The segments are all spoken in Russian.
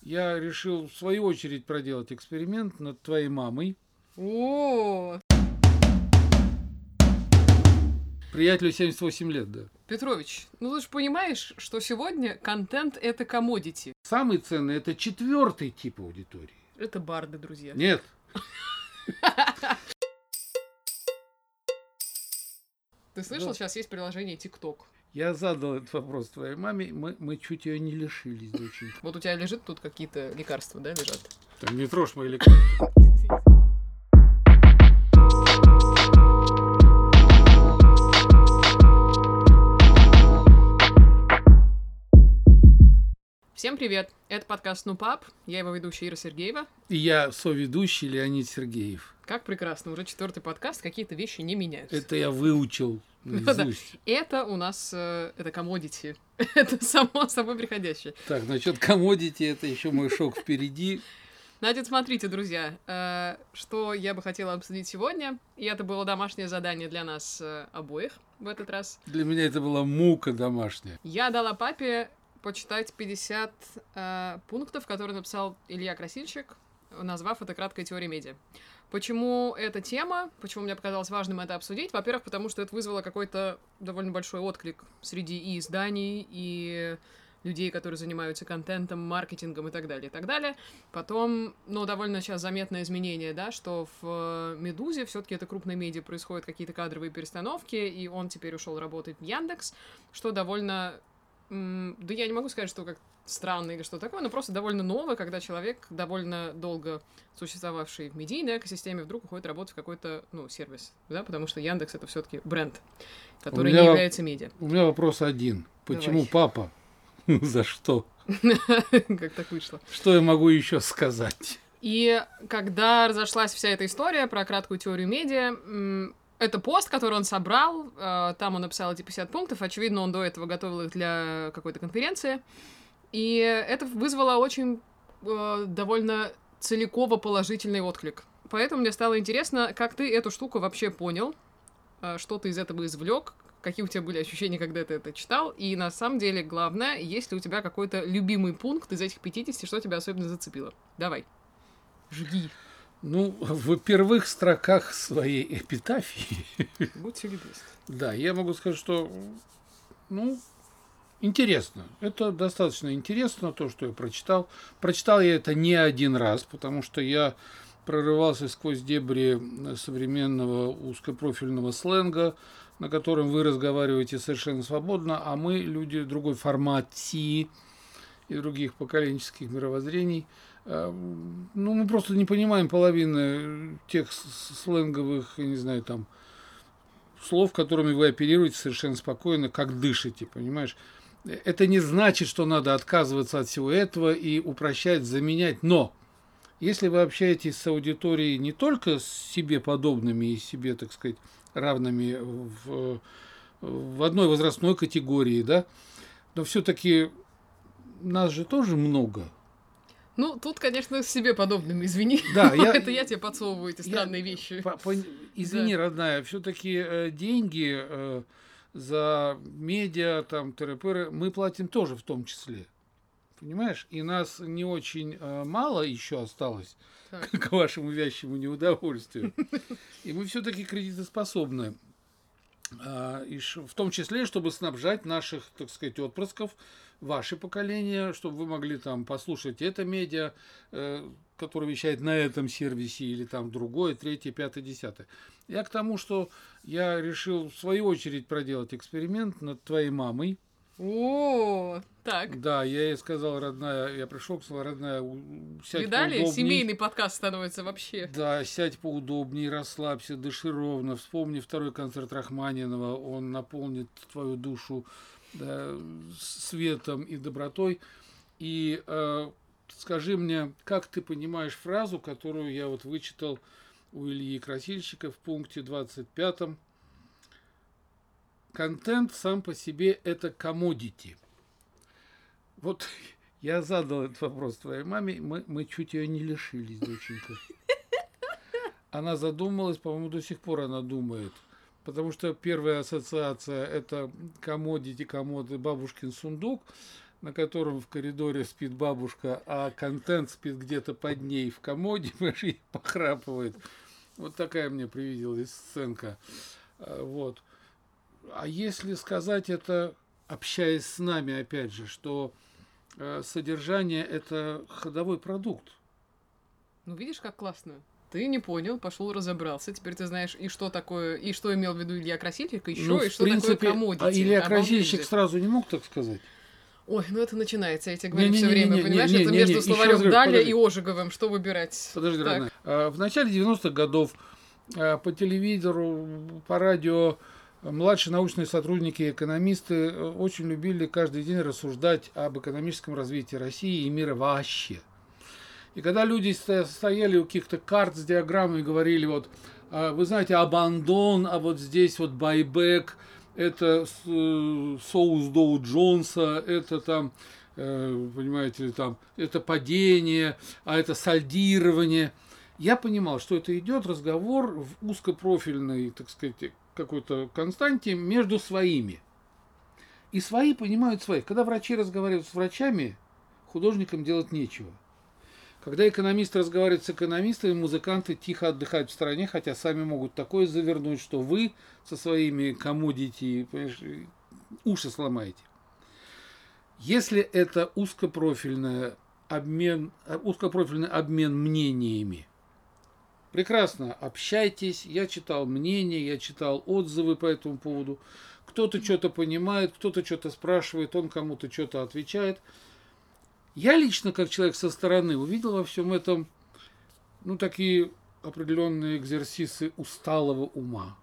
Я решил в свою очередь проделать эксперимент над твоей мамой. О, Приятелю 78 лет, да. Петрович, ну ты же понимаешь, что сегодня контент — это commodity. Самый ценный – это 4-й тип аудитории. Это барды, друзья. Нет. Ты слышал, Да. сейчас есть приложение TikTok. Я задал этот вопрос твоей маме, мы чуть ее не лишились, доченька. Вот у тебя лежит тут какие-то лекарства, да, лежат? Там не трожь мои лекарства. Всем привет! Это подкаст «Ну, пап». Я его ведущая Ира Сергеева. И я соведущий Леонид Сергеев. Как прекрасно, уже 4-й подкаст, какие-то вещи не меняются. Это я выучил наизусть. Это у нас, это commodity. Это само собой приходящее. Так, насчет комодити, это еще мой шок впереди. Значит, смотрите, друзья, что я бы хотела обсудить сегодня. И это было домашнее задание для нас обоих в этот раз. Для меня это была мука домашняя. Я дала папе почитать 50 пунктов, которые написал Илья Красильщик, назвав это краткой теорией медиа. Почему эта тема, почему мне показалось важным это обсудить? Во-первых, потому что это вызвало какой-то довольно большой отклик среди и изданий, и людей, которые занимаются контентом, маркетингом и так далее, и так далее. Потом, довольно сейчас заметное изменение, да, что в «Медузе» все-таки это крупная медиа, происходят какие-то кадровые перестановки, и он теперь ушел работать в Яндекс, что довольно... Да я не могу сказать, что как странно или что такое, но просто довольно ново, когда человек, довольно долго существовавший в медийной экосистеме, вдруг уходит работать в какой-то, сервис, да, потому что Яндекс — это все-таки бренд, который не является медиа. У меня вопрос один. Почему папа? За что? Как так вышло? Что я могу еще сказать? И когда разошлась вся эта история про краткую теорию медиа, это пост, который он собрал, там он написал эти 50 пунктов, очевидно, он до этого готовил их для какой-то конференции, и это вызвало очень довольно целиково положительный отклик. Поэтому мне стало интересно, как ты эту штуку вообще понял, что ты из этого извлек, какие у тебя были ощущения, когда ты это читал, и на самом деле главное, есть ли у тебя какой-то любимый пункт из этих 50, что тебя особенно зацепило. Давай, жги. В первых строках своей эпитафии... Будьте любезны. Да, я могу сказать, что, интересно. Это достаточно интересно, то, что я прочитал. Прочитал я это не один раз, потому что я прорывался сквозь дебри современного узкопрофильного сленга, на котором вы разговариваете совершенно свободно, а мы, люди другой формации и других поколенческих мировоззрений, мы просто не понимаем половины тех сленговых, я не знаю, там, слов, которыми вы оперируете совершенно спокойно, как дышите, понимаешь? Это не значит, что надо отказываться от всего этого и упрощать, заменять, но если вы общаетесь с аудиторией не только с себе подобными и себе, так сказать, равными в одной возрастной категории, да, но все-таки нас же тоже много. Тут, конечно, себе подобным, извини. Да, это я тебе подсовываю эти странные вещи. Извини, родная, все-таки деньги за медиа, там, тыры-пыры, мы платим тоже в том числе. Понимаешь? И нас не очень мало еще осталось, к вашему вящему неудовольствию. И мы все-таки кредитоспособны. И в том числе, чтобы снабжать наших, так сказать, отпрысков, ваше поколение, чтобы вы могли там послушать это медиа, которое вещает на этом сервисе, или там другое, третье, пятое, десятое. Я к тому, что я решил в свою очередь проделать эксперимент над твоей мамой. О, так. Да, я ей сказал, родная, я пришел, сказал, родная, сядь Видали? поудобней. Семейный подкаст становится вообще. Да, сядь поудобнее, расслабься, дыши ровно, вспомни второй концерт Рахманинова, он наполнит твою душу светом и добротой. И скажи мне, как ты понимаешь фразу, которую я вот вычитал у Ильи Красильщика в пункте 25. Контент сам по себе это commodity. Вот я задал этот вопрос твоей маме, мы чуть ее не лишились, доченька. Она задумалась, по-моему, до сих пор она думает. Потому что первая ассоциация это commodity, комод и бабушкин сундук. на котором в коридоре спит бабушка, а контент спит где-то под ней в комоде, и похрапывает. Вот такая мне привиделась сценка. Вот. А если сказать это, общаясь с нами, опять же, что содержание – это ходовой продукт. Ну, видишь, как классно. Ты не понял, пошел разобрался. Теперь ты знаешь, и что такое, и что имел в виду Илья Красильщик, и еще, и что такое комодити. А Илья Красильщик сразу не мог так сказать? Ой, ну это начинается, я тебе говорю все время, понимаешь, это между словарем Даля и Ожеговым, что выбирать? Подожди, родная. В начале 90-х годов по телевизору, по радио младшие научные сотрудники, экономисты очень любили каждый день рассуждать об экономическом развитии России и мира вообще. И когда люди стояли у каких-то карт с диаграммой и говорили, вот, вы знаете, абандон, а вот здесь вот байбек, это соус Доу Джонса, это там, понимаете ли, там, это падение, а это сальдирование. Я понимал, что это идет разговор в узкопрофильной, так сказать, какой-то константе между своими. И свои понимают своих. Когда врачи разговаривают с врачами, художникам делать нечего. Когда экономисты разговаривают с экономистами, музыканты тихо отдыхают в стороне, хотя сами могут такое завернуть, что вы со своими коммодити, уши сломаете. Если это узкопрофильный обмен мнениями, прекрасно, общайтесь, я читал мнения, я читал отзывы по этому поводу. Кто-то что-то понимает, кто-то что-то спрашивает, он кому-то что-то отвечает. Я лично, как человек со стороны, увидел во всем этом, ну, такие определенные экзерсисы усталого ума.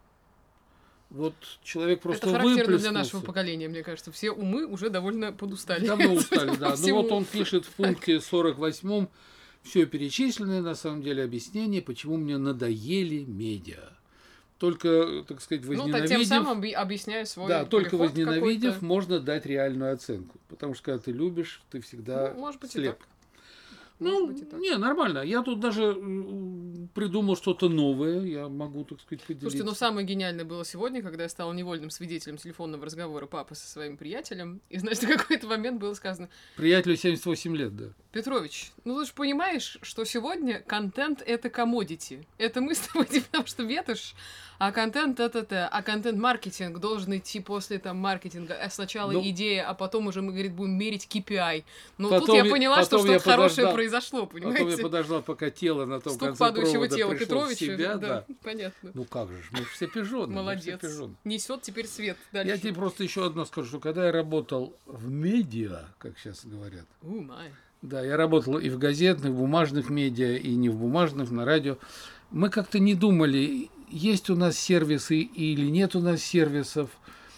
Вот человек просто выплеснулся. Это характерно для нашего поколения, мне кажется. Все умы уже довольно подустали. Давно устали, да. Ну вот он пишет в пункте 48-м все перечисленное, на самом деле, объяснение, почему мне надоели медиа. Только, так сказать, возненавидев... Ну, тем самым объясняю свой Да, только возненавидев, можно дать реальную оценку. Потому что, когда ты любишь, ты всегда может быть, слеп. И так. Ну, не, нормально. Я тут даже придумал что-то новое. Я могу, так сказать, поделиться. Слушайте, ну самое гениальное было сегодня, когда я стала невольным свидетелем телефонного разговора папы со своим приятелем. И, значит, в какой-то момент было сказано... Приятелю 78 лет, да. Петрович, ну ты же понимаешь, что сегодня контент — это комодити. Это мы с тобой, потому что ветошь, а контент — это... А контент-маркетинг должен идти после там маркетинга. Сначала идея, а потом уже мы, говорит, будем мерить KPI. Но потом, тут я поняла, что что-то хорошее произошло, понимаете? Потом я подождал, пока тело на том конце падающего провода тела пришло Петровича, в себя. Да, понятно. Ну как же, мы же все пижоны. Молодец. Несет теперь свет дальше. Я тебе просто еще одно скажу, что когда я работал в медиа, как сейчас говорят, да, я работал и в газетных, в бумажных медиа, и не в бумажных, на радио. Мы как-то не думали, есть у нас сервисы или нет у нас сервисов.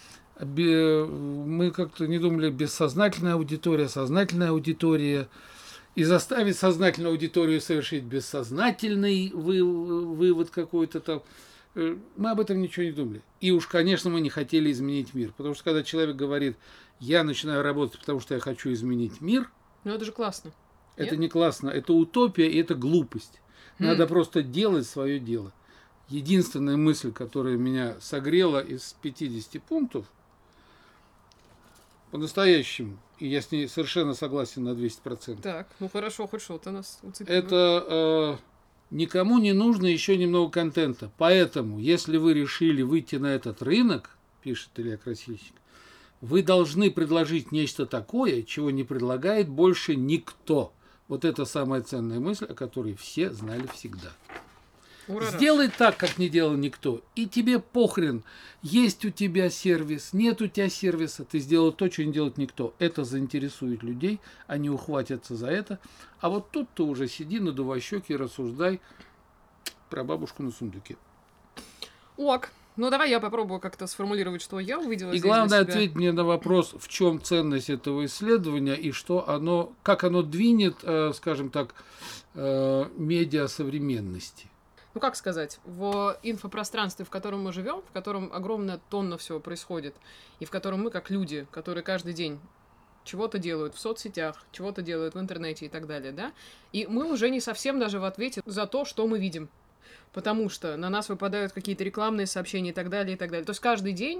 Мы как-то не думали, бессознательная аудитория, сознательная аудитория. И заставить сознательную аудиторию совершить бессознательный вывод какой-то там. Мы об этом ничего не думали. И уж, конечно, мы не хотели изменить мир. Потому что когда человек говорит, я начинаю работать, потому что я хочу изменить мир, ну это же классно. Это не классно, это утопия и это глупость. Надо просто делать свое дело. Единственная мысль, которая меня согрела из 50 пунктов, по-настоящему, и я с ней совершенно согласен на 200%. Так, ну хорошо, хоть что-то нас уцепило. Это никому не нужно еще немного контента. Поэтому, если вы решили выйти на этот рынок, пишет Илья Красильщик, вы должны предложить нечто такое, чего не предлагает больше никто. Вот это самая ценная мысль, о которой все знали всегда. Ура! Сделай так, как не делал никто, и тебе похрен, есть у тебя сервис, нет у тебя сервиса, ты сделал то, что не делает никто. Это заинтересует людей, они ухватятся за это. А вот тут ты уже сиди, надувай щеки и рассуждай про бабушку на сундуке. Ок. Ну, давай я попробую как-то сформулировать, что я увидела. И главное, ответь мне на вопрос, в чем ценность этого исследования и что оно, как оно двинет, скажем так, медиа современности. Ну, как сказать, в инфопространстве, в котором мы живем, в котором огромная тонна всего происходит, и в котором мы, как люди, которые каждый день чего-то делают в соцсетях, чего-то делают в интернете и так далее, да, и мы уже не совсем даже в ответе за то, что мы видим. Потому что на нас выпадают какие-то рекламные сообщения и так далее, и так далее. То есть каждый день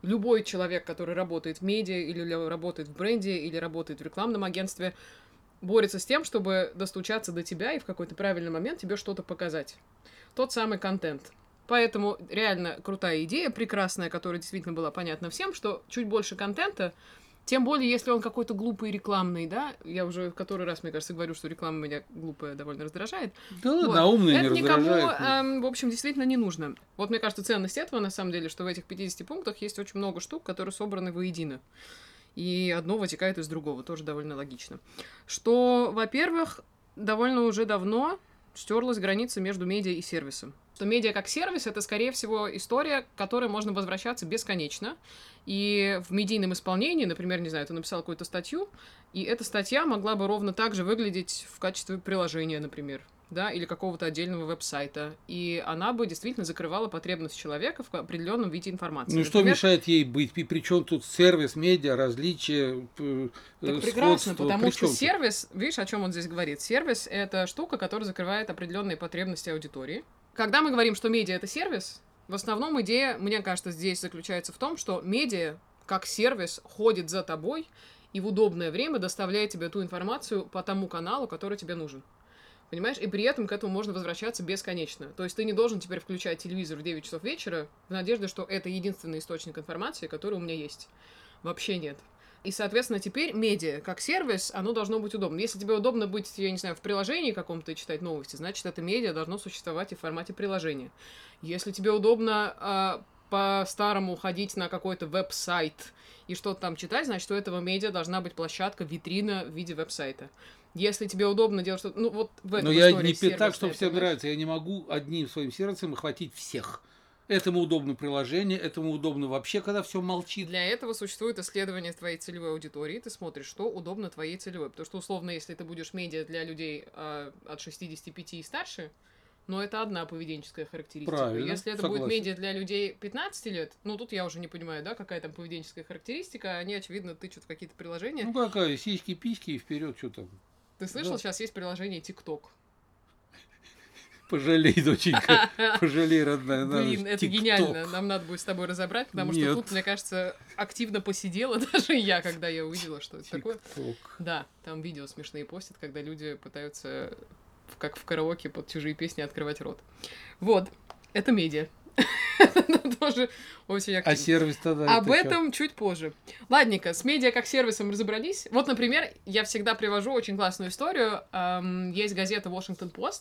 любой человек, который работает в медиа, или работает в бренде, или работает в рекламном агентстве, борется с тем, чтобы достучаться до тебя и в какой-то правильный момент тебе что-то показать. Тот самый контент. Поэтому реально крутая идея, прекрасная, которая действительно была понятна всем, что чуть больше контента, тем более, если он какой-то глупый рекламный, да, я уже в который раз, мне кажется, говорю, что реклама меня глупая довольно раздражает. Да ладно, а умные не это никому, раздражает. в общем, действительно не нужно. Вот мне кажется, ценность этого, на самом деле, что в этих 50 пунктах есть очень много штук, которые собраны воедино. И одно вытекает из другого, тоже довольно логично. Что, во-первых, довольно уже давно стерлась граница между медиа и сервисом. Что медиа как сервис — это, скорее всего, история, к которой можно возвращаться бесконечно. И в медийном исполнении, например, не знаю, ты написал какую-то статью, и эта статья могла бы ровно так же выглядеть в качестве приложения, например, да, или какого-то отдельного веб-сайта. И она бы действительно закрывала потребность человека в определенном виде информации. Ну, что мешает ей быть? И при чем тут сервис, медиа, различия, Так прекрасно, сходство? потому что Причем тут? сервис, видишь, о чем он здесь говорит? Сервис — это штука, которая закрывает определенные потребности аудитории. Когда мы говорим, что медиа — это сервис, в основном идея, мне кажется, здесь заключается в том, что медиа, как сервис, ходит за тобой и в удобное время доставляет тебе ту информацию по тому каналу, который тебе нужен. Понимаешь? И при этом к этому можно возвращаться бесконечно. То есть ты не должен теперь включать телевизор в 9 часов вечера в надежде, что это единственный источник информации, который у меня есть. Вообще нет. И, соответственно, теперь медиа, как сервис, оно должно быть удобно. Если тебе удобно быть, я не знаю, в приложении каком-то и читать новости, значит, это медиа должно существовать и в формате приложения. Если тебе удобно по-старому ходить на какой-то веб-сайт и что-то там читать, значит, у этого медиа должна быть площадка, витрина в виде веб-сайта. Если тебе удобно делать что-то... Ну, вот в этом Но я истории не так, что сервисная, всем понимаешь? нравится. Я не могу одним своим сервисом охватить всех. Этому удобно приложение, этому удобно вообще, когда все молчит. Для этого существует исследование твоей целевой аудитории. Ты смотришь, что удобно твоей целевой. Потому что, условно, если ты будешь медиа для людей от 65 и старше, но это одна поведенческая характеристика. Правильно, Если это согласен. будет медиа для людей 15 лет, ну, тут я уже не понимаю, да, какая там поведенческая характеристика. Они, очевидно, тычут в какие-то приложения. Ну какая, сиськи, письки и вперед, что там. Ты слышал, Да. сейчас есть приложение TikTok? Пожалей, доченька, пожалей, родная. Блин, это TikTok. гениально. Нам надо будет с тобой разобрать, потому что Нет. тут, мне кажется, активно посидела даже я, когда я увидела, что это такое. TikTok. Да, там видео смешные постят, когда люди пытаются, как в караоке, под чужие песни открывать рот. Вот, это медиа. Это тоже очень А активно. сервис тогда? Об это чё? этом чуть позже. Ладненько, с медиа как сервисом разобрались. Вот, например, я всегда привожу очень классную историю. Есть газета Washington Post.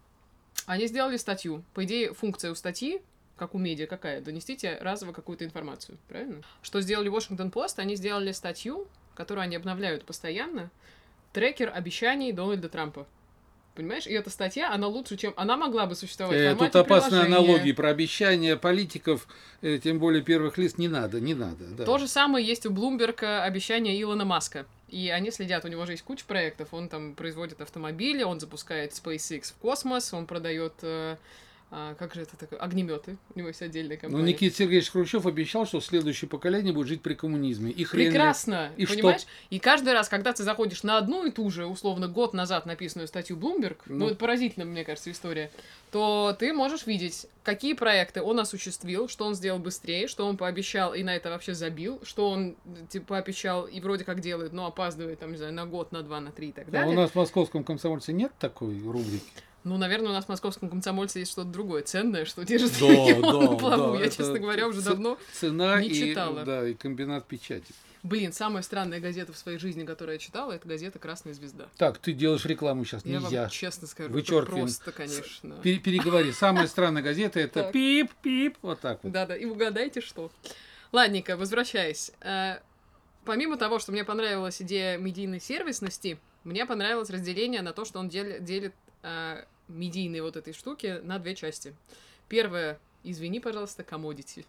Они сделали статью. По идее, функция у статьи, как у медиа, какая? Донести тебе разово какую-то информацию, правильно? Что сделали Washington Post? Они сделали статью, которую они обновляют постоянно. Трекер обещаний Дональда Трампа. Понимаешь? И эта статья, она лучше, чем... Она могла бы существовать в формате Тут опасные приложения. аналогии про обещания политиков, тем более первых лиц, не надо. Да. То же самое есть у Bloomberg обещания Илона Маска. И они следят, у него же есть куча проектов. Он там производит автомобили, он запускает SpaceX в космос, он продает... как же это такое? Огнеметы. У него есть отдельная Но компания. Никита Сергеевич Хрущев обещал, что следующее поколение будет жить при коммунизме. И хрен ли. Прекрасно, И понимаешь? что? И каждый раз, когда ты заходишь на одну и ту же, условно, год назад написанную статью Bloomberg, ну, это поразительно, мне кажется, история, то ты можешь видеть, какие проекты он осуществил, что он сделал быстрее, что он пообещал и на это вообще забил, что он, типа, пообещал и вроде как делает, но опаздывает, там, не знаю, на год, на 2, на 3 и так А далее. у нас в московском комсомольце нет такой рубрики? Ну, наверное, у нас в московском комсомольце есть что-то другое, ценное, что держит Да, его на да, плаву. да, Я, это честно говоря, уже давно Цена не читала. и комбинат печати. Блин, самая странная газета в своей жизни, которую я читала, это газета «Красная звезда». Так, ты делаешь рекламу сейчас, Я нельзя. вам честно скажу, это Вычеркиваем. просто, конечно. Переговори. Самая странная газета это Так. пип-пип. Вот так вот. Да-да, и угадайте, что. Ладненько, возвращаясь. Помимо того, что мне понравилась идея медийной сервисности, мне понравилось разделение на то, что он делит медийные вот этой штуки на две части. Первое, извини, пожалуйста, commodity.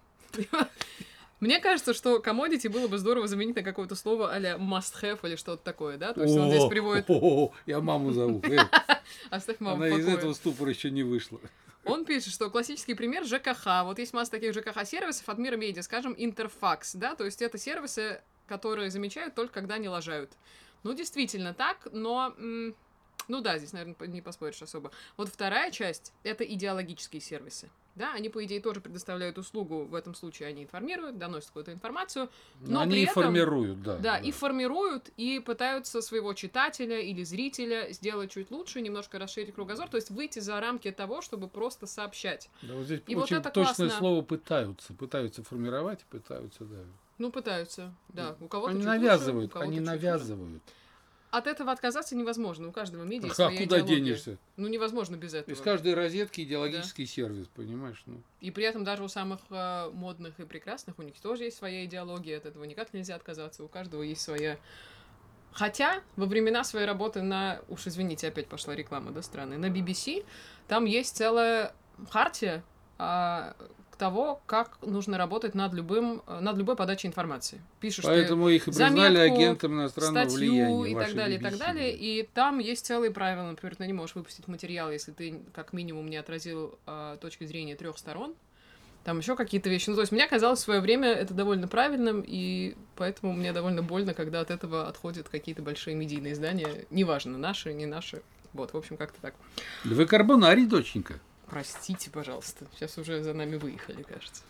Мне кажется, что commodity было бы здорово заменить на какое-то слово а-ля must have или что-то такое, да? То есть он здесь приводит... Я маму зову. Оставь маму в Она из покое. этого ступора еще не вышла. Он пишет, что классический пример ЖКХ. Вот есть масса таких ЖКХ-сервисов от мира медиа, скажем, Интерфакс, да? То есть это сервисы, которые замечают только когда не лажают. Ну, действительно так, но... Ну да, здесь, наверное, не поспоришь особо. Вот вторая часть — это идеологические сервисы. Да, они, по идее, тоже предоставляют услугу, в этом случае они информируют, доносят какую-то информацию, но они при и этом, формируют, да. да, и формируют, и пытаются своего читателя или зрителя сделать чуть лучше, немножко расширить кругозор, то есть выйти за рамки того, чтобы просто сообщать. Да, вот здесь И очень вот это точное классно. слово «пытаются формировать», пытаются, да. Ну, пытаются, да. У кого-то Они чуть навязывают, лучше, у кого-то они чуть навязывают. хуже. От этого отказаться невозможно. У каждого медиа А своя куда идеология. денешься? Ну, невозможно без этого. Из каждой розетки идеологический сервис, понимаешь? Ну. И при этом даже у самых модных и прекрасных у них тоже есть своя идеология. От этого никак нельзя отказаться. У каждого есть своя... Хотя во времена своей работы на... Уж извините, опять пошла реклама, да, странная. На BBC там есть целая хартия того, как нужно работать над любой подачей информации. Пишешь Поэтому их и признали агентом иностранного влияния. И так далее, BBC, и так далее. И там есть целые правила. Например, ты не можешь выпустить материал, если ты как минимум не отразил точки зрения 3 сторон. Там еще какие-то вещи. Ну, то есть мне казалось в свое время это довольно правильным, и поэтому мне довольно больно, когда от этого отходят какие-то большие медийные издания. Неважно, наши, не наши. Вот, в общем, как-то так. Да вы карбонарий, доченька. Простите, пожалуйста. Сейчас уже за нами выехали, кажется.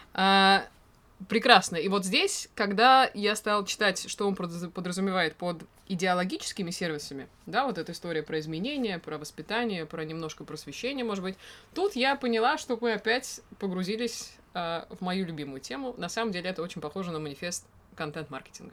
Прекрасно. И вот здесь, когда я стал читать, что он подразумевает под идеологическими сервисами, да, вот эта история про изменения, про воспитание, про немножко просвещение, может быть, тут я поняла, что мы опять погрузились в мою любимую тему. На самом деле это очень похоже на манифест контент-маркетинга.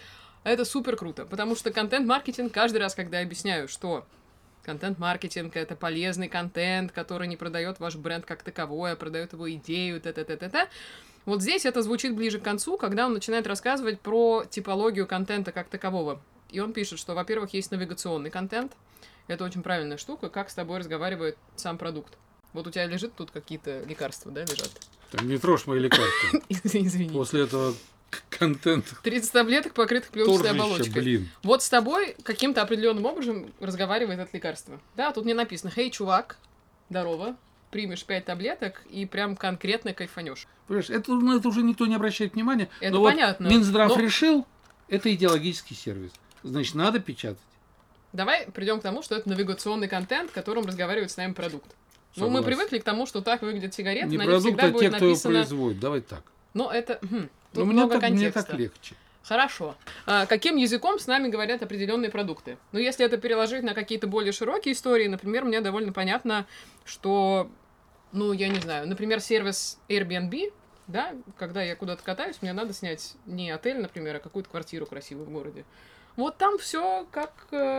Это супер круто, потому что контент-маркетинг каждый раз, когда я объясняю, что контент-маркетинг — это полезный контент, который не продает ваш бренд как таковой, а продает его идею, т-т-т-т-т. Вот здесь это звучит ближе к концу, когда он начинает рассказывать про типологию контента как такового. И он пишет, что, во-первых, есть навигационный контент. Это очень правильная штука, как с тобой разговаривает сам продукт. Вот у тебя лежит тут какие-то лекарства, да, лежат? Там не трожь мои лекарства. Извини. После этого контент. 30 таблеток, покрытых пленочной оболочкой. Блин. Вот с тобой каким-то определенным образом разговаривает это лекарство. Да, тут не написано: «Хей, чувак, здорово, примешь 5 таблеток и прям конкретно кайфанешь». Понимаешь, это уже никто не обращает внимания. Это но понятно. Вот Минздрав решил, это идеологический сервис. Значит, надо печатать. Давай придем к тому, что это навигационный контент, которым разговаривает с нами продукт. Согласен. Ну, мы привыкли к тому, что так выглядят сигареты, не на продукт, них всегда а будет те, кто написано... его производит. Давай так. Но это... Тут Но много контекста. мне так легче. Хорошо. Каким языком с нами говорят определенные продукты? Ну, если это переложить на какие-то более широкие истории, например, мне довольно понятно, что, ну, я не знаю, например, сервис Airbnb, да, когда я куда-то катаюсь, мне надо снять не отель, например, а какую-то квартиру красивую в городе. Вот там все, как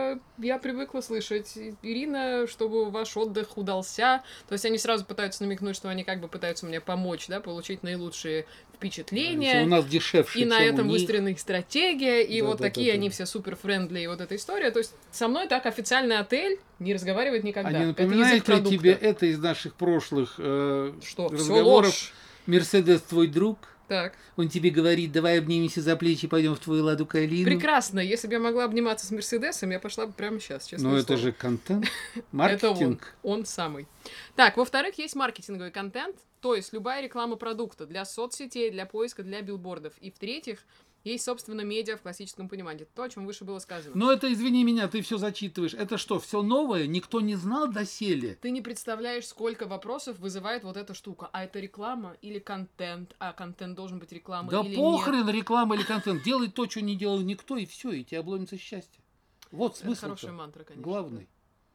я привыкла слышать. Ирина, чтобы ваш отдых удался. То есть они сразу пытаются намекнуть, что они как бы пытаются мне помочь, да, получить наилучшие впечатления. У нас дешевше, и на этом у них. выстроена их стратегия, и Да, вот да, такие да, они все супер-френдли, и вот эта история. То есть со мной так официальный отель не разговаривает никогда. А не напоминает ли тебе это из наших прошлых что? разговоров? Мерседес твой друг? Так. Он тебе говорит: давай обнимемся за плечи, пойдем в твою Ладу Калину. Прекрасно. Если бы я могла обниматься с Мерседесом, я пошла бы прямо сейчас, честно. Но это же контент, маркетинг. Это он самый. Так, во-вторых, есть маркетинговый контент, то есть любая реклама продукта для соцсетей, для поиска, для билбордов. И в-третьих, есть, собственно, медиа в классическом понимании. То, о чем выше было сказано. Но это, извини меня, ты все зачитываешь. Это что, все новое? Никто не знал доселе? Ты не представляешь, сколько вопросов вызывает вот эта штука. А это реклама или контент? А контент должен быть рекламой да или похрен, нет? реклама или контент. Делай то, что не делал никто, и все, и тебе обломится счастье. Вот смысл. Это хорошая мантра, конечно. Главный.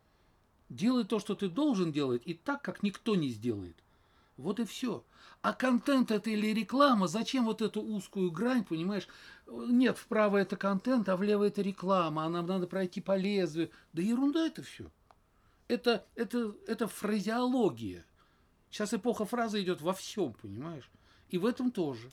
Делай то, что ты должен делать, и так, как никто не сделает. Вот и все. А контент это или реклама, зачем вот эту узкую грань, понимаешь? Нет, вправо это контент, а влево это реклама, а нам надо пройти по лезвию. Да ерунда это все. Это фразеология. Сейчас эпоха фразы идет во всем, понимаешь? И в этом тоже.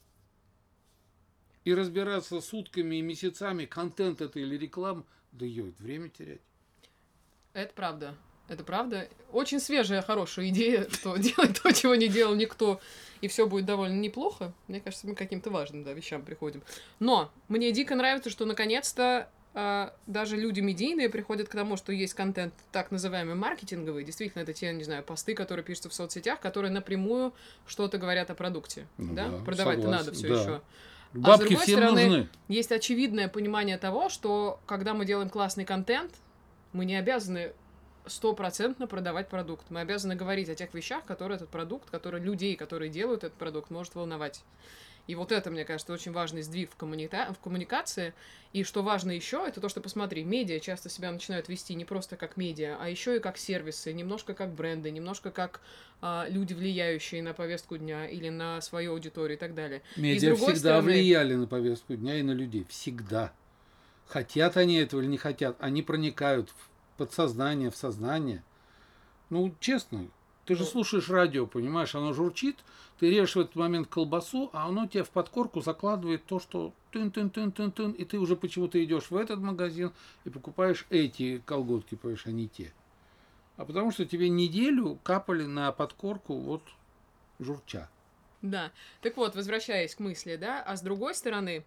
И разбираться сутками и месяцами, контент это или реклама, да время терять. Это правда. Это правда. Очень свежая, хорошая идея, что делать то, чего не делал никто, и все будет довольно неплохо. Мне кажется, мы к каким-то важным вещам приходим. Но мне дико нравится, что наконец-то даже люди медийные приходят к тому, что есть контент так называемый маркетинговый. Действительно, это те, не знаю, посты, которые пишутся в соцсетях, которые напрямую что-то говорят о продукте. Ну, да? да, Продавать-то надо все да. еще. Бабки с другой всем стороны, нужны. Есть очевидное понимание того, что когда мы делаем классный контент, мы не обязаны стопроцентно продавать продукт. Мы обязаны говорить о тех вещах, которые этот продукт, которые людей, которые делают этот продукт, может волновать. И вот это, мне кажется, очень важный сдвиг в коммуникации. И что важно еще, это то, что, посмотри, медиа часто себя начинают вести не просто как медиа, а еще и как сервисы, немножко как бренды, немножко как люди, влияющие на повестку дня или на свою аудиторию и так далее. Медиа всегда влияли на повестку дня и на людей. Всегда. Хотят они этого или не хотят, они проникают в подсознание, в сознание. Ну, честно, ты же слушаешь радио, понимаешь, оно журчит, ты режешь в этот момент колбасу, а оно тебе в подкорку закладывает то, что тын-тын-тын-тын-тын, и ты уже почему-то идешь в этот магазин и покупаешь эти колготки, понимаешь, а не те. А потому что тебе неделю капали на подкорку вот журча. Да. Так вот, возвращаясь к мысли, да, а с другой стороны,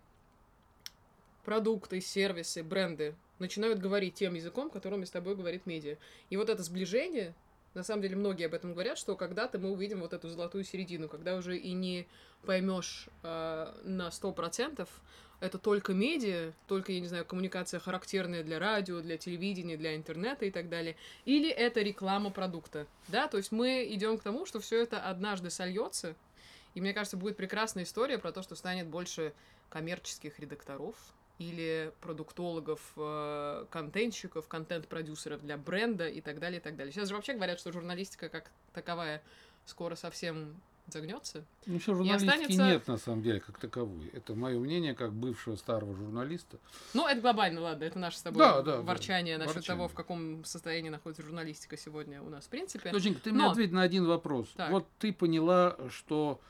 продукты, сервисы, бренды начинают говорить тем языком, которым с тобой говорит медиа. И вот это сближение, на самом деле многие об этом говорят, что когда-то мы увидим вот эту золотую середину, когда уже и не поймешь на 100%, это только медиа, только, я не знаю, коммуникация характерная для радио, для телевидения, для интернета и так далее, или это реклама продукта, да, то есть мы идем к тому, что все это однажды сольется, и мне кажется, будет прекрасная история про то, что станет больше коммерческих редакторов, или продуктологов, контентщиков, контент-продюсеров для бренда и так далее, и так далее. Сейчас же вообще говорят, что журналистика как таковая скоро совсем загнется. Ну, все, журналистики нет, на самом деле, как таковой. Это мое мнение, как бывшего старого журналиста. Ну, это глобально, ладно, это наше с тобой ворчание насчет того, в каком состоянии находится журналистика сегодня у нас, в принципе. Доченька, ты мне ответь на один вопрос. Так. Вот ты поняла, что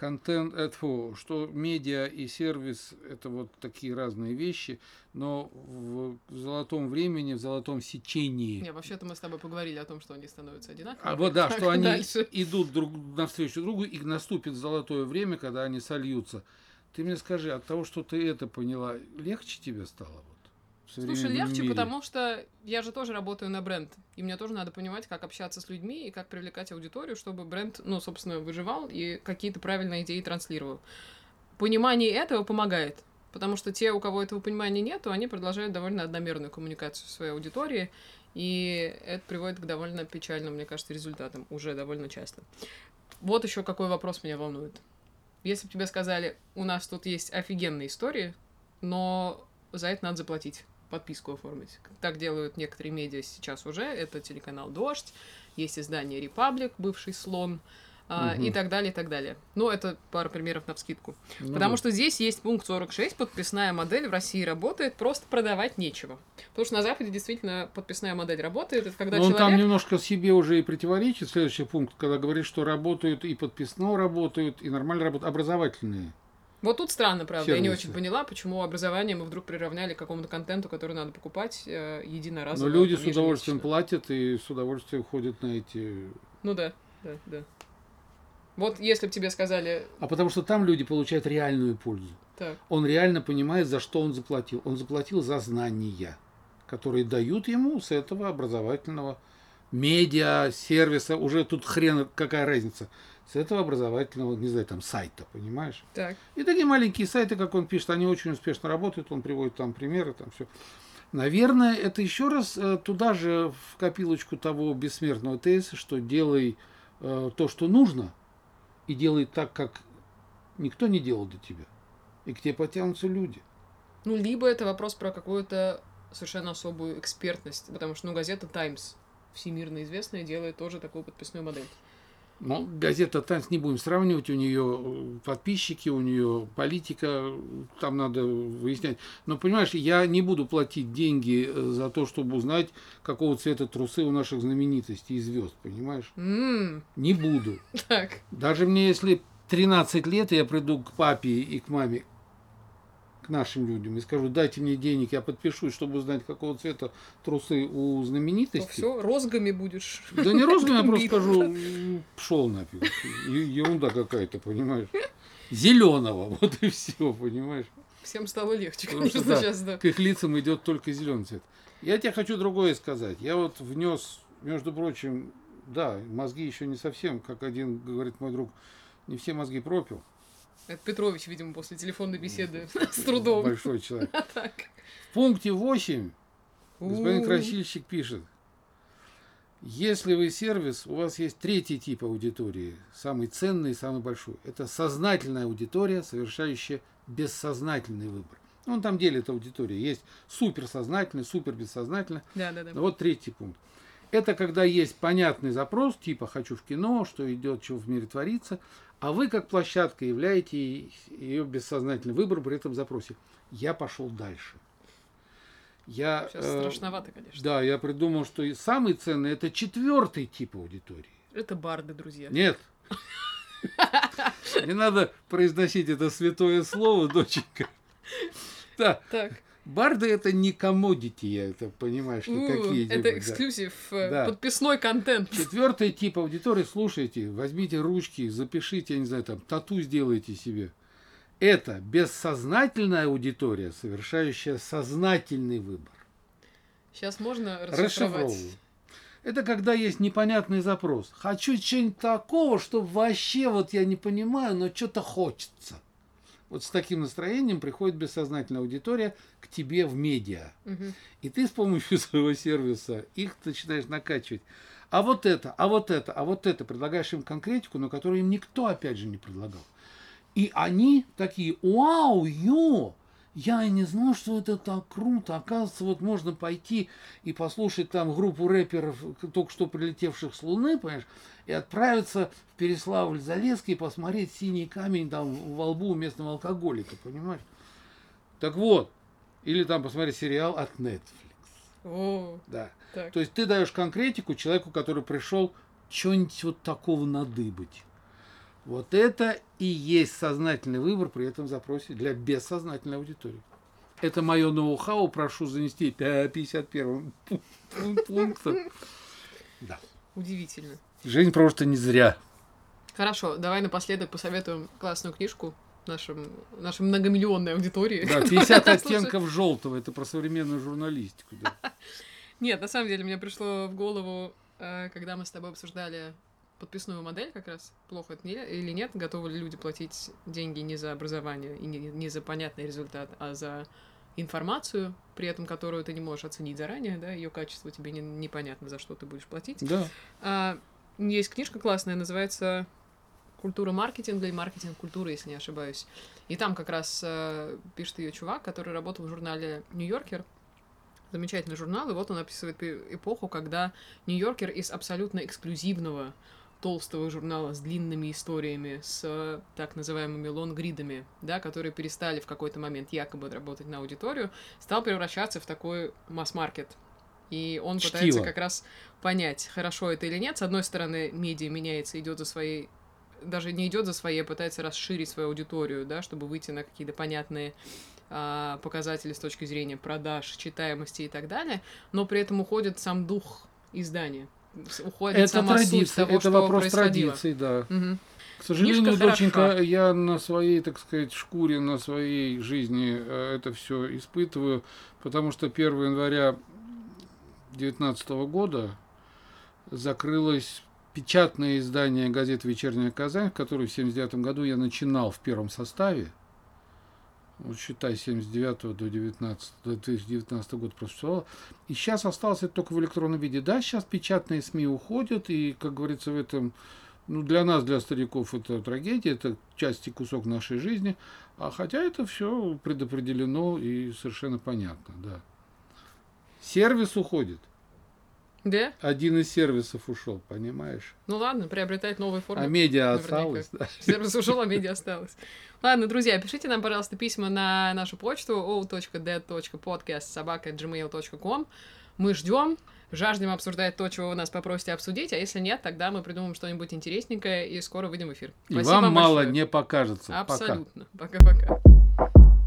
что медиа и сервис – это вот такие разные вещи, но в золотом времени, в золотом сечении… Не, вообще-то мы с тобой поговорили о том, что они становятся одинаковыми. А вот да, что они идут навстречу другу, и наступит золотое время, когда они сольются. Ты мне скажи, от того, что ты это поняла, легче тебе стало? Слушай, легче, потому что я же тоже работаю на бренд, и мне тоже надо понимать, как общаться с людьми и как привлекать аудиторию, чтобы бренд, ну, собственно, выживал и какие-то правильные идеи транслировал. Понимание этого помогает, потому что те, у кого этого понимания нету, они продолжают довольно одномерную коммуникацию со своей аудиторией, и это приводит к довольно печальным, мне кажется, результатам уже довольно часто. Вот еще какой вопрос меня волнует. Если бы тебе сказали, у нас тут есть офигенные истории, но за это надо заплатить. Подписку оформить. Так делают некоторые медиа сейчас уже. Это телеканал «Дождь», есть издание «Репаблик», бывший «Слон», и так далее, и так далее. Ну, это пара примеров навскидку. Потому что здесь есть пункт 46, подписная модель в России работает, просто продавать нечего. Потому что на Западе действительно подписная модель работает. Это когда человек… там немножко себе уже и противоречит следующий пункт, когда говорит, что работают и подписно работают, и нормально работают образовательные. Вот тут странно, правда. Сервисы. Я не очень поняла, почему образование мы вдруг приравняли к какому-то контенту, который надо покупать единоразово. Но люди с удовольствием платят и с удовольствием ходят на эти… Ну да. Вот если бы тебе сказали… А потому что там люди получают реальную пользу. Так. Он реально понимает, за что он заплатил. Он заплатил за знания, которые дают ему с этого образовательного медиа, сервиса. Уже тут хрен какая разница. С этого образовательного, не знаю, там, сайта, понимаешь? Так. И такие маленькие сайты, как он пишет, они очень успешно работают, он приводит там примеры, там все. Наверное, это еще раз туда же в копилочку того бессмертного тезиса, что делай то, что нужно, и делай так, как никто не делал до тебя. И к тебе потянутся люди. Ну, либо это вопрос про какую-то совершенно особую экспертность, потому что, газета «Таймс», всемирно известная, делает тоже такую подписную модель. Ну, газета «Таймс» не будем сравнивать, у нее подписчики, у нее политика, там надо выяснять. Но, понимаешь, я не буду платить деньги за то, чтобы узнать, какого цвета трусы у наших знаменитостей и звезд, понимаешь? Не буду. Так. Даже мне, если 13 лет, я приду к папе и к маме, к нашим людям, и скажу, дайте мне денег, я подпишусь, чтобы узнать, какого цвета трусы у знаменитостей. Все, розгами будешь. Да не розгами, я просто скажу, пшел нафиг. Ерунда какая-то, понимаешь? Зеленого, вот и все, понимаешь? Всем стало легче, потому конечно, что, да, сейчас, да. К их лицам идет только зеленый цвет. Я тебе хочу другое сказать. Я вот внес, между прочим, да, мозги еще не совсем, как один говорит мой друг, не все мозги пропил. Это Петрович, видимо, после телефонной беседы с трудом. Большой человек. В пункте 8 господин красильщик пишет. Если вы сервис, у вас есть третий тип аудитории, самый ценный и самый большой. Это сознательная аудитория, совершающая бессознательный выбор. Ну, он там делит аудиторию. Есть суперсознательная, супербессознательная. Да. Вот третий пункт. Это когда есть понятный запрос, типа «хочу в кино», что идет, что в мире творится, а вы как площадка являете ее бессознательный выбор при этом запросе. Я пошел дальше. Сейчас страшновато, конечно. Да, я придумал, что и самый ценный – это четвертый тип аудитории. Это барды, друзья. Нет. Не надо произносить это святое слово, доченька. Да. Так. Барды это не коммодити, я это понимаю, что какие. Это эксклюзив, подписной контент. Четвертый тип аудитории, слушайте, возьмите ручки, запишите, я не знаю, там, тату сделайте себе. Это бессознательная аудитория, совершающая сознательный выбор. Сейчас можно расшифровать. Это когда есть непонятный запрос. Хочу чего-нибудь такого, чтобы вообще вот я не понимаю, но что-то хочется. Вот с таким настроением приходит бессознательная аудитория к тебе в медиа. Угу. И ты с помощью своего сервиса их начинаешь накачивать. А вот это, а вот это, а вот это. Предлагаешь им конкретику, но которую им никто, опять же, не предлагал. И они такие: вау, я и не знал, что это так круто. Оказывается, вот можно пойти и послушать там группу рэперов, только что прилетевших с Луны, понимаешь, и отправиться в Переславль-Залесский и посмотреть «Синий камень» там во лбу у местного алкоголика, понимаешь? Так вот, или там посмотреть сериал от Netflix. О, да. Так. То есть ты даешь конкретику человеку, который пришел что-нибудь вот такого надыбать. Вот это и есть сознательный выбор при этом запросе для бессознательной аудитории. Это мое ноу-хау, прошу занести 51 пунктом. Да. Удивительно. Жень просто не зря. Хорошо, давай напоследок посоветуем классную книжку нашей многомиллионной аудитории. Да, 50 оттенков желтого. Это про современную журналистику. Да. Нет, на самом деле мне пришло в голову, когда мы с тобой обсуждали подписную модель как раз, плохо это или нет, готовы ли люди платить деньги не за образование и не за понятный результат, а за информацию, при этом которую ты не можешь оценить заранее, да, ее качество тебе непонятно, за что ты будешь платить. Да. Есть книжка классная, называется «Культура маркетинга» и «Маркетинг культуры», если не ошибаюсь. И там как раз пишет ее чувак, который работал в журнале «Нью-Йоркер». Замечательный журнал, и вот он описывает эпоху, когда «Нью-Йоркер» из абсолютно эксклюзивного толстого журнала с длинными историями, с так называемыми лонгридами, да, которые перестали в какой-то момент якобы работать на аудиторию, стал превращаться в такой масс-маркет. И он пытается как раз понять, хорошо это или нет. С одной стороны, медиа меняется, идет за своей, даже не идет за своей, а пытается расширить свою аудиторию, да, чтобы выйти на какие-то понятные показатели с точки зрения продаж, читаемости и так далее, но при этом уходит сам дух издания. Уходит это сама традиция, суть того, это что вопрос происходило. традиций, да. Угу. К сожалению, Книжка доченька, хороша. я на своей, так сказать, шкуре, на своей жизни это все испытываю, потому что 1 января 2019 года закрылось печатное издание газеты «Вечерняя Казань», в которой в 1979 году я начинал в первом составе. Вот считай, с 79 до 2019 года просуществовало. И сейчас осталось это только в электронном виде. Да, сейчас печатные СМИ уходят, и, как говорится, в этом, ну, для нас, для стариков, это трагедия, это часть и кусок нашей жизни. А хотя это все предопределено и совершенно понятно, да. Сервис уходит. Да? Один из сервисов ушел, понимаешь? Ну ладно, приобретать новые формы. А медиа наверняка. осталось. Да. Сервис ушел, а медиа осталось. Ладно, друзья, пишите нам, пожалуйста, письма на нашу почту o.dead.podcast@gmail.com. Мы ждем, жаждем обсуждать то, чего вы нас попросите обсудить, а если нет, тогда мы придумаем что-нибудь интересненькое и скоро выйдем в эфир. И Спасибо вам мало большое. не покажется. Абсолютно. Пока-пока.